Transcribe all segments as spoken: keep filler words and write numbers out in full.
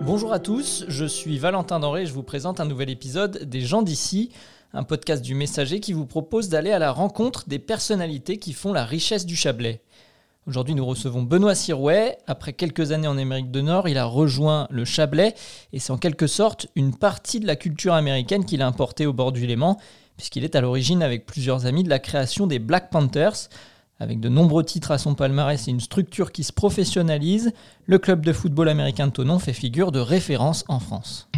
Bonjour à tous, je suis Valentin Denré et je vous présente un nouvel épisode des gens d'ici, un podcast du Messager qui vous propose d'aller à la rencontre des personnalités qui font la richesse du Chablais. Aujourd'hui, nous recevons Benoît Sirouet. Après quelques années en Amérique du Nord, il a rejoint le Chablais et c'est en quelque sorte une partie de la culture américaine qu'il a importée au bord du Léman, puisqu'il est à l'origine avec plusieurs amis de la création des Black Panthers. Avec de nombreux titres à son palmarès et une structure qui se professionnalise, le club de football américain de Thonon fait figure de référence en France.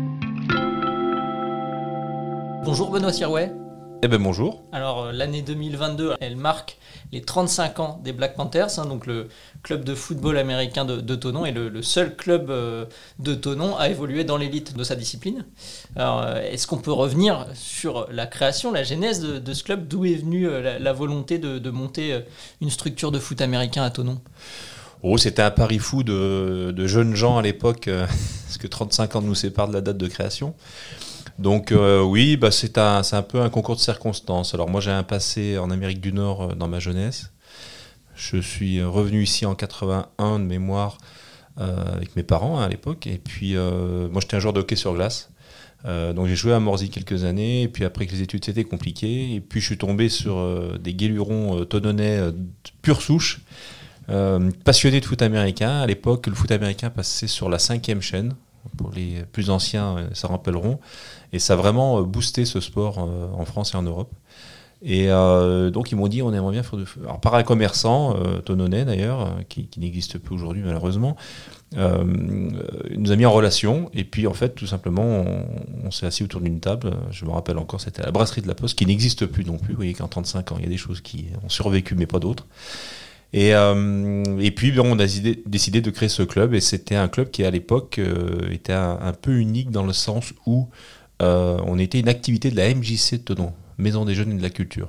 Bonjour Benoît Sirouet. Eh ben bonjour. Alors l'année deux mille vingt-deux, elle marque les trente-cinq ans des Black Panthers, hein, donc le club de football américain de, de Thonon est le, le seul club euh, de Thonon à évoluer dans l'élite de sa discipline. Alors euh, est-ce qu'on peut revenir sur la création, la genèse de, de ce club, d'où est venue euh, la, la volonté de, de monter euh, une structure de foot américain à Thonon ? Oh, c'était un pari fou de, de jeunes gens à l'époque, euh, parce que trente-cinq ans nous séparent de la date de création. Donc euh, oui, bah c'est, un, c'est un peu un concours de circonstances. Alors moi j'ai un passé en Amérique du Nord euh, dans ma jeunesse. Je suis revenu ici en quatre-vingt-un de mémoire euh, avec mes parents hein, à l'époque. Et puis euh, moi j'étais un joueur de hockey sur glace. Euh, donc j'ai joué à Morsy quelques années. Et puis après que les études c'était compliqué. Et puis je suis tombé sur euh, des guélurons euh, thononnais euh, pure souche. Euh, passionné de foot américain. À l'époque le foot américain passait sur la cinquième chaîne. Pour les plus anciens, ça rappelleront. Et ça a vraiment boosté ce sport en France et en Europe. Et euh, donc ils m'ont dit on aimerait bien faire du foot. Alors par un commerçant, euh, thononnais d'ailleurs, qui, qui n'existe plus aujourd'hui malheureusement, euh, nous a mis en relation. Et puis en fait tout simplement on, on s'est assis autour d'une table. Je me rappelle encore, c'était à la brasserie de la Poste, qui n'existe plus non plus. Vous voyez qu'en trente-cinq ans il y a des choses qui ont survécu mais pas d'autres. Et, euh, et puis bon, on a décidé, décidé de créer ce club, et c'était un club qui à l'époque euh, était un, un peu unique dans le sens où euh, on était une activité de la M J C de Thonon, Maison des Jeunes et de la Culture.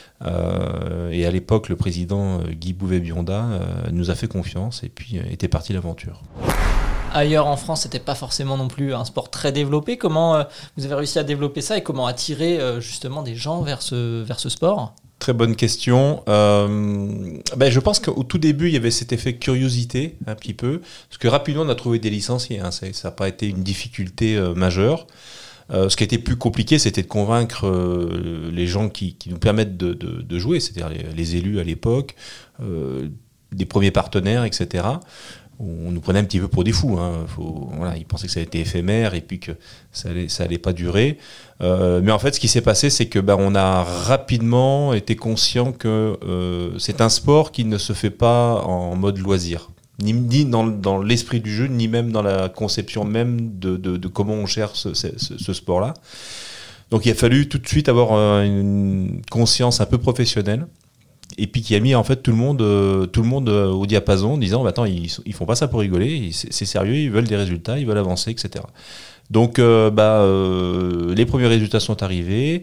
Euh, et à l'époque, le président Guy Bouvet-Bionda euh, nous a fait confiance, et puis euh, était parti l'aventure. Ailleurs en France, c'était pas forcément non plus un sport très développé. Comment euh, vous avez réussi à développer ça et comment attirer euh, justement des gens vers ce, vers ce sport ? Très bonne question. Euh, ben je pense qu'au tout début, il y avait cet effet curiosité, un petit peu, parce que rapidement, on a trouvé des licenciés. Hein, ça n'a pas été une difficulté euh, majeure. Euh, ce qui a été plus compliqué, c'était de convaincre euh, les gens qui, qui nous permettent de, de, de jouer, c'est-à-dire les, les élus à l'époque, euh, des premiers partenaires, et cetera. On nous prenait un petit peu pour des fous. Hein. Faut, voilà, ils pensaient que ça allait être éphémère et puis que ça allait, ça allait pas durer. Euh, mais en fait, ce qui s'est passé, c'est que bah, on a rapidement été conscient que euh, c'est un sport qui ne se fait pas en mode loisir, ni, ni dans, dans l'esprit du jeu, ni même dans la conception même de, de, de comment on gère ce, ce, ce sport-là. Donc, il a fallu tout de suite avoir euh, une conscience un peu professionnelle. Et puis qui a mis en fait tout le monde, euh, tout le monde euh, au diapason, en disant bah, attends, ils, ils font pas ça pour rigoler, c'est, c'est sérieux, ils veulent des résultats, ils veulent avancer, et cetera. Donc euh, bah, euh, les premiers résultats sont arrivés,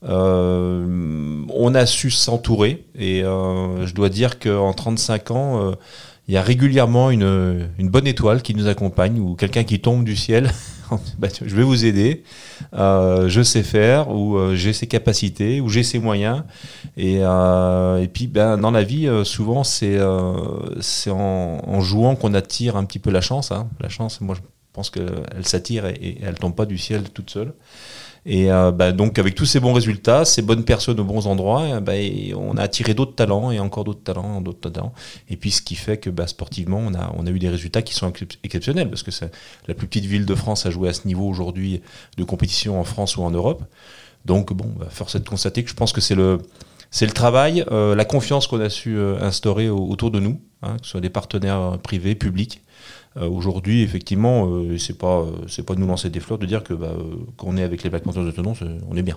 euh, on a su s'entourer, et euh, je dois dire qu'en trente-cinq ans, euh, il y a régulièrement une, une bonne étoile qui nous accompagne, ou quelqu'un qui tombe du ciel. Bah, je vais vous aider, euh, je sais faire, ou euh, j'ai ces capacités, ou j'ai ces moyens. Et, euh, et puis ben, dans la vie, euh, souvent c'est, euh, c'est en, en jouant qu'on attire un petit peu la chance. Hein. La chance, moi je pense qu'elle s'attire et, et elle ne tombe pas du ciel toute seule. Et euh, bah, donc avec tous ces bons résultats, ces bonnes personnes aux bons endroits, bah, on a attiré d'autres talents et encore d'autres talents, d'autres talents. Et puis ce qui fait que bah, sportivement, on a, on a eu des résultats qui sont exceptionnels, parce que c'est la plus petite ville de France à jouer à ce niveau aujourd'hui de compétition en France ou en Europe. Donc bon, bah, force est de constater que je pense que c'est le, c'est le travail, euh, la confiance qu'on a su euh, instaurer au, autour de nous, hein, que ce soit des partenaires privés, publics. Euh, aujourd'hui, effectivement, euh, c'est pas, euh, c'est pas de nous lancer des fleurs de dire que bah, euh, qu'on est avec les Black Panthers de Thonon, on est bien.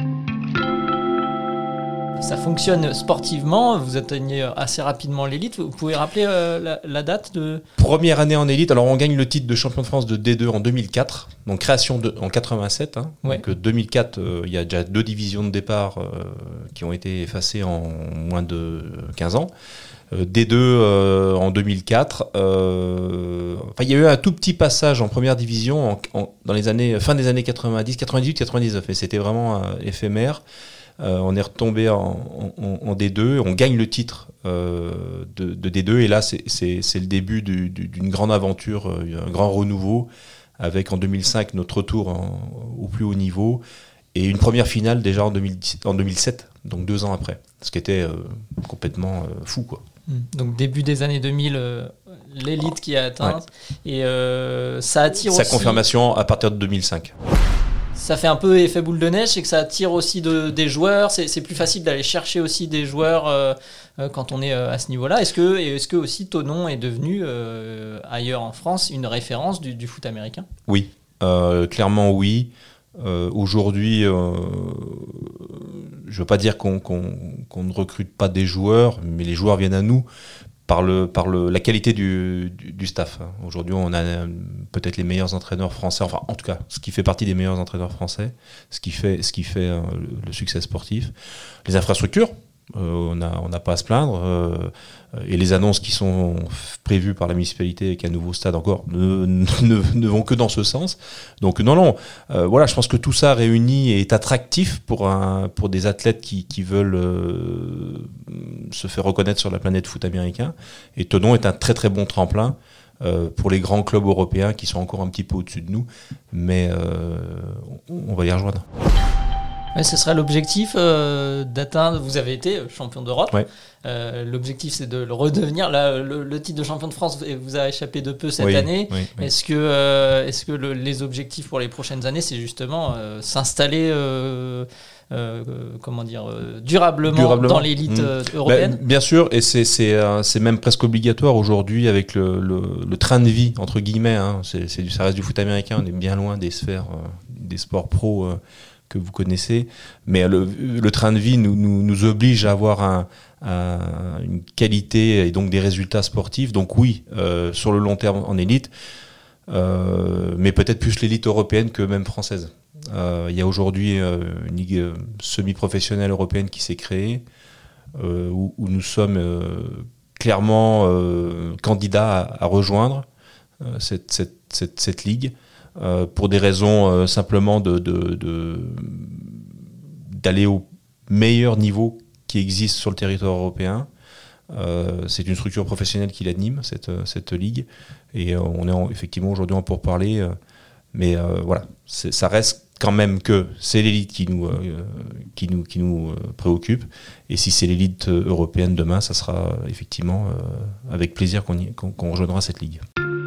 Ça fonctionne sportivement, vous atteignez assez rapidement l'élite. Vous pouvez rappeler euh, la, la date de... Première année en élite, alors on gagne le titre de champion de France de D deux en deux mille quatre, donc création de, en quatre-vingt-sept. Hein, ouais. Donc deux mille quatre, euh, il y a déjà deux divisions de départ euh, qui ont été effacées en moins de quinze ans. D deux euh, en deux mille quatre. Euh, enfin, il y a eu un tout petit passage en première division en, en, dans les années fin des années quatre-vingt-dix, quatre-vingt-dix-huit, quatre-vingt-dix-neuf, et c'était vraiment euh, éphémère. Euh, on est retombé en, en, en D deux, on gagne le titre euh, de, de D deux, et là c'est, c'est, c'est le début du, du, d'une grande aventure, un grand renouveau, avec en deux mille cinq notre retour en, au plus haut niveau, et une première finale déjà en, deux mille dix, en deux mille sept, donc deux ans après, ce qui était euh, complètement euh, fou, quoi. Donc début des années deux mille, euh, l'élite qui a atteint, ouais. et euh, ça attire Sa aussi... Sa confirmation à partir de deux mille cinq. Ça fait un peu effet boule de neige, c'est que ça attire aussi de, des joueurs, c'est, c'est plus facile d'aller chercher aussi des joueurs euh, euh, quand on est euh, à ce niveau-là. Est-ce que, et est-ce que aussi Thonon est devenu, euh, ailleurs en France, une référence du, du foot américain ? Oui, euh, clairement oui. Euh, aujourd'hui, euh, je ne veux pas dire qu'on, qu'on, qu'on ne recrute pas des joueurs, mais les joueurs viennent à nous par, le, par le, la qualité du, du, du staff. Aujourd'hui, on a peut-être les meilleurs entraîneurs français, enfin en tout cas, ce qui fait partie des meilleurs entraîneurs français, ce qui fait, ce qui fait euh, le, le succès sportif. Les infrastructures, euh, on n'a on n'a pas à se plaindre, euh, et les annonces qui sont prévues par la municipalité avec un nouveau stade encore ne, ne, ne vont que dans ce sens. Donc non, non, euh, voilà, je pense que tout ça réuni est attractif pour, un, pour des athlètes qui, qui veulent euh, se faire reconnaître sur la planète foot américain. Et Thonon est un très très bon tremplin euh, pour les grands clubs européens qui sont encore un petit peu au-dessus de nous, mais euh, on, on va y rejoindre. Ouais, ce serait l'objectif euh, d'atteindre. Vous avez été champion d'Europe. Ouais. Euh, l'objectif, c'est de le redevenir. Là, le, le titre de champion de France vous a échappé de peu cette oui, année. Oui, oui. Est-ce que, euh, est-ce que le, les objectifs pour les prochaines années, c'est justement euh, s'installer, euh, euh, comment dire, euh, durablement, durablement dans l'élite euh, européenne ? Ben, bien sûr, et c'est, c'est, euh, c'est même presque obligatoire aujourd'hui avec le, le, le train de vie entre guillemets. Hein, c'est, c'est du, ça reste du foot américain. On est bien loin des sphères, euh, des sports pro. Euh, que vous connaissez, mais le, le train de vie nous, nous, nous oblige à avoir un, un, une qualité et donc des résultats sportifs. Donc oui, euh, sur le long terme en élite, euh, mais peut-être plus l'élite européenne que même française. Euh, il y a aujourd'hui euh, une ligue semi-professionnelle européenne qui s'est créée, euh, où, où nous sommes euh, clairement euh, candidats à, à rejoindre euh, cette, cette, cette, cette ligue. Euh, pour des raisons euh, simplement de, de, de, d'aller au meilleur niveau qui existe sur le territoire européen. Euh, c'est une structure professionnelle qui l'anime, cette, cette ligue, et euh, on est en, effectivement aujourd'hui en pourparlers, euh, mais euh, voilà, c'est, ça reste quand même que c'est l'élite qui nous, euh, qui nous, qui nous euh, préoccupe, et si c'est l'élite européenne demain, ça sera effectivement euh, avec plaisir qu'on, y, qu'on, qu'on rejoindra cette ligue.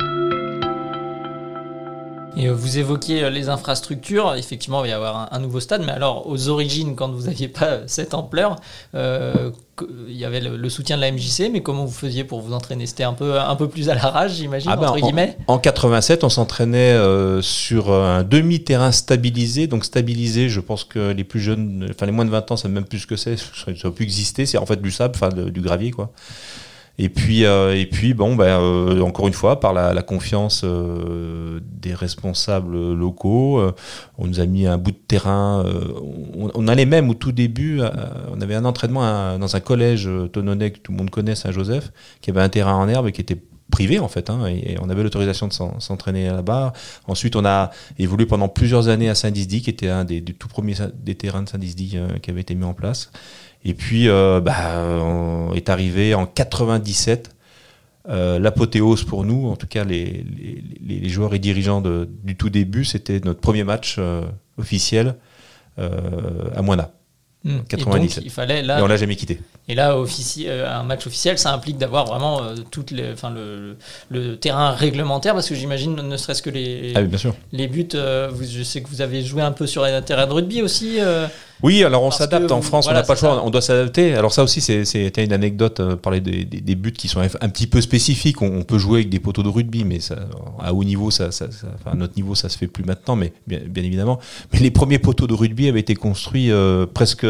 Et vous évoquiez les infrastructures, effectivement il va y avoir un, un nouveau stade, mais alors aux origines, quand vous n'aviez pas cette ampleur, euh, il y avait le, le soutien de la M J C, mais comment vous faisiez pour vous entraîner ? C'était un peu, un peu plus à l'arrache, j'imagine, ah ben, entre guillemets. En, en quatre-vingt-sept, on s'entraînait euh, sur un demi-terrain stabilisé, donc stabilisé, je pense que les plus jeunes, enfin les moins de vingt ans, ça savent même plus ce que c'est, ça ne peut plus exister, c'est en fait du sable, enfin du gravier quoi. Et puis, euh, et puis bon, ben, euh, encore une fois, par la, la confiance euh, des responsables locaux, euh, on nous a mis un bout de terrain. Euh, on, on allait même au tout début, euh, on avait un entraînement à, dans un collège euh, thononnais que tout le monde connaît, Saint-Joseph, qui avait un terrain en herbe et qui était privé en fait, hein, et, et on avait l'autorisation de s'en, s'entraîner là-bas. Ensuite, on a évolué pendant plusieurs années à Saint-Disdy, qui était un des, des tout premiers des terrains de Saint-Disdy euh, qui avait été mis en place. Et puis, euh, bah, on est arrivé en quatre-vingt-dix-sept, euh, l'apothéose pour nous, en tout cas les, les, les joueurs et dirigeants de, du tout début, c'était notre premier match euh, officiel euh, à Moina. Mmh. quatre-vingt-dix-sept. Et donc, il fallait là, et on l'a jamais quitté. Et là, offici- euh, un match officiel, ça implique d'avoir vraiment euh, toutes les, enfin, le, le terrain réglementaire, parce que j'imagine, ne serait-ce que les, ah oui, bien sûr. les buts, euh, vous, je sais que vous avez joué un peu sur un terrain de rugby aussi. Euh, oui, alors on s'adapte. En France, voilà, on n'a pas le choix, on doit s'adapter. Alors ça aussi, c'est, c'était une anecdote, euh, parler des, des, des buts qui sont un petit peu spécifiques. On, on peut jouer avec des poteaux de rugby, mais ça, à haut niveau, ça, ça, ça, enfin, à notre niveau, ça se fait plus maintenant, mais bien, bien évidemment. Mais les premiers poteaux de rugby avaient été construits euh, presque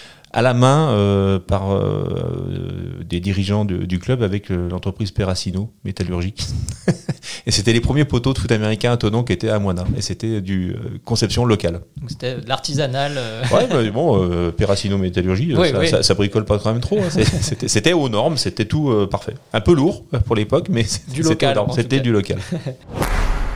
à la main euh, par euh, des dirigeants de, du club avec euh, l'entreprise Perracino métallurgique. Et c'était les premiers poteaux de foot américain à Thonon qui étaient à Moina. Et c'était du euh, conception locale. Donc c'était de l'artisanal. Euh... Ouais, mais bon, euh, Perracino métallurgie, oui, ça, oui. Ça, ça bricole pas quand même trop. Hein. C'était, c'était aux normes, c'était tout euh, parfait. Un peu lourd pour l'époque, mais du local, c'était, c'était du local.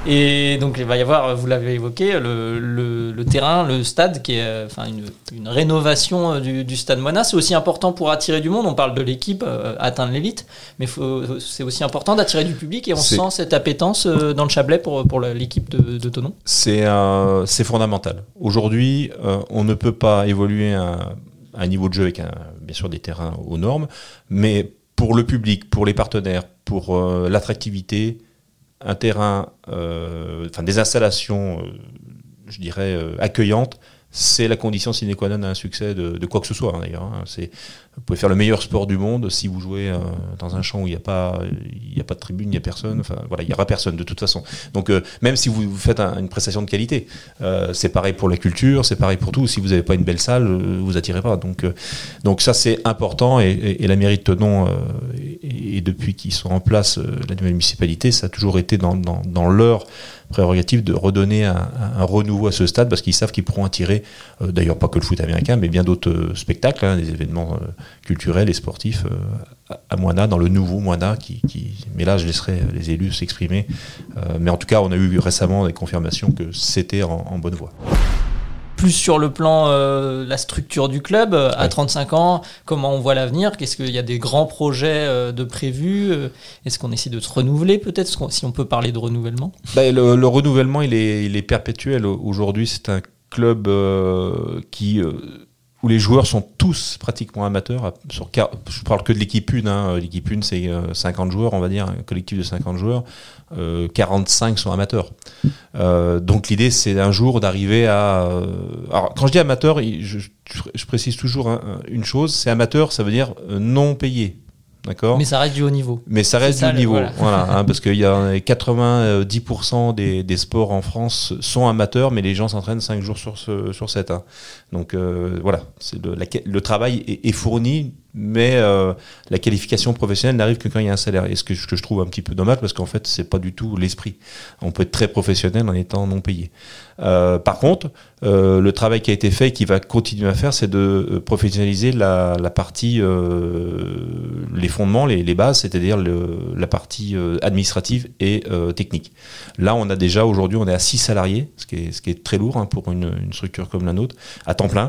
Et donc il va y avoir, vous l'avez évoqué, le, le, le terrain, le stade, qui est enfin une, une rénovation du, du stade Moina. C'est aussi important pour attirer du monde. On parle de l'équipe, euh, atteindre l'élite, mais faut, c'est aussi important d'attirer du public et on c'est... sent cette appétence euh, dans le Chablais pour, pour l'équipe de, de Thonon. C'est, euh, c'est fondamental. Aujourd'hui, euh, on ne peut pas évoluer à un niveau de jeu avec un, bien sûr des terrains aux normes, mais pour le public, pour les partenaires, pour euh, l'attractivité, un terrain, euh, enfin des installations, euh, je dirais, euh, accueillantes, c'est la condition sine qua non à un succès de, de quoi que ce soit, hein, d'ailleurs. Hein. C'est, vous pouvez faire le meilleur sport du monde, si vous jouez euh, dans un champ où il n'y a pas, il n'y a pas de tribune, il n'y a personne, enfin voilà, il n'y aura personne de toute façon. Donc euh, même si vous, vous faites un, une prestation de qualité, euh, c'est pareil pour la culture, c'est pareil pour tout. Si vous n'avez pas une belle salle, euh, vous attirez pas. Donc, euh, donc ça c'est important et, et, et la mairie de Thonon, euh, et, et depuis qu'ils sont en place, euh, la nouvelle municipalité, ça a toujours été dans, dans, dans leur prérogative de redonner un, un renouveau à ce stade parce qu'ils savent qu'ils pourront attirer, euh, d'ailleurs pas que le foot américain, mais bien d'autres euh, spectacles, hein, des événements euh, culturels et sportifs euh, à Moina, dans le nouveau Moina. Qui, qui, mais là, je laisserai les élus s'exprimer. Euh, mais en tout cas, on a eu récemment des confirmations que c'était en, en bonne voie. Plus sur le plan euh, la structure du club, euh, à ouais. trente-cinq ans, comment on voit l'avenir? Qu'est-ce qu'il y a des grands projets euh, de prévus? Est-ce qu'on essaie de se renouveler peut-être, si on peut parler de renouvellement? bah, le, le renouvellement, il est, il est perpétuel. Aujourd'hui, c'est un club euh, qui... Euh, où les joueurs sont tous pratiquement amateurs. Sur, je parle que de l'équipe une. Hein. L'équipe une, c'est cinquante joueurs, on va dire, un collectif de cinquante joueurs. Euh, quarante-cinq sont amateurs. Euh, donc l'idée, c'est un jour d'arriver à... Euh, alors, quand je dis amateur, je, je, je précise toujours hein, une chose, c'est amateur, ça veut dire non payé. D'accord. Mais ça reste du haut niveau. Mais ça reste c'est du ça, niveau, voilà, voilà hein, parce qu'il y a quatre-vingt-dix pour cent des, des sports en France sont amateurs, mais les gens s'entraînent cinq jours sur, ce, sur sept. Hein. Donc euh, voilà, c'est le, la, le travail est, est fourni, mais euh, la qualification professionnelle n'arrive que quand il y a un salaire. Et ce que, ce que je trouve un petit peu dommage, parce qu'en fait, c'est pas du tout l'esprit. On peut être très professionnel en étant non payé. Euh, par contre, euh, le travail qui a été fait et qui va continuer à faire, c'est de professionnaliser la, la partie, euh, les fondements, les, les bases, c'est-à-dire le, la partie euh, administrative et euh, technique. Là, on a déjà, aujourd'hui, on est à six salariés, ce qui est, ce qui est très lourd hein, pour une, une structure comme la nôtre, à temps plein.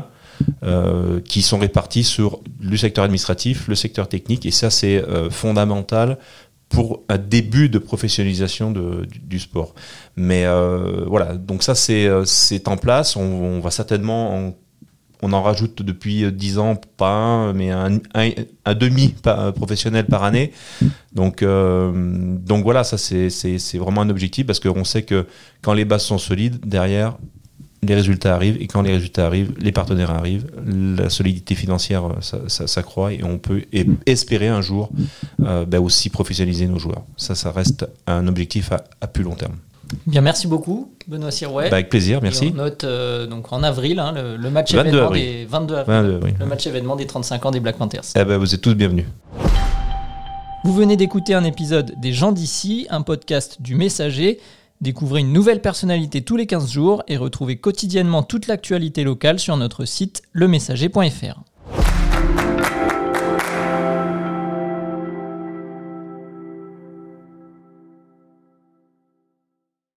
Euh, qui sont répartis sur le secteur administratif, le secteur technique, et ça c'est euh, fondamental pour un début de professionnalisation de, du, du sport. Mais euh, voilà, donc ça c'est, c'est en place, on, on va certainement, en, on en rajoute depuis dix ans, pas un, mais un, un, un demi professionnel par année. Donc, euh, donc voilà, ça c'est, c'est, c'est vraiment un objectif, parce qu'on sait que quand les bases sont solides, derrière, les résultats arrivent, et quand les résultats arrivent, les partenaires arrivent, la solidité financière ça, ça, s'accroît, et on peut espérer un jour euh, bah aussi professionnaliser nos joueurs. Ça, ça reste un objectif à, à plus long terme. Bien, merci beaucoup, Benoît Sirouet. Bah avec plaisir, merci. Et on note euh, donc en avril hein, le, le match événement des vingt-deux avril, vingt-deux avril. Le match événement des trente-cinq ans des Black Panthers. Eh ben, vous êtes tous bienvenus. Vous venez d'écouter un épisode des gens d'ici, un podcast du Messager. Découvrez une nouvelle personnalité tous les quinze jours et retrouvez quotidiennement toute l'actualité locale sur notre site le messager point f r.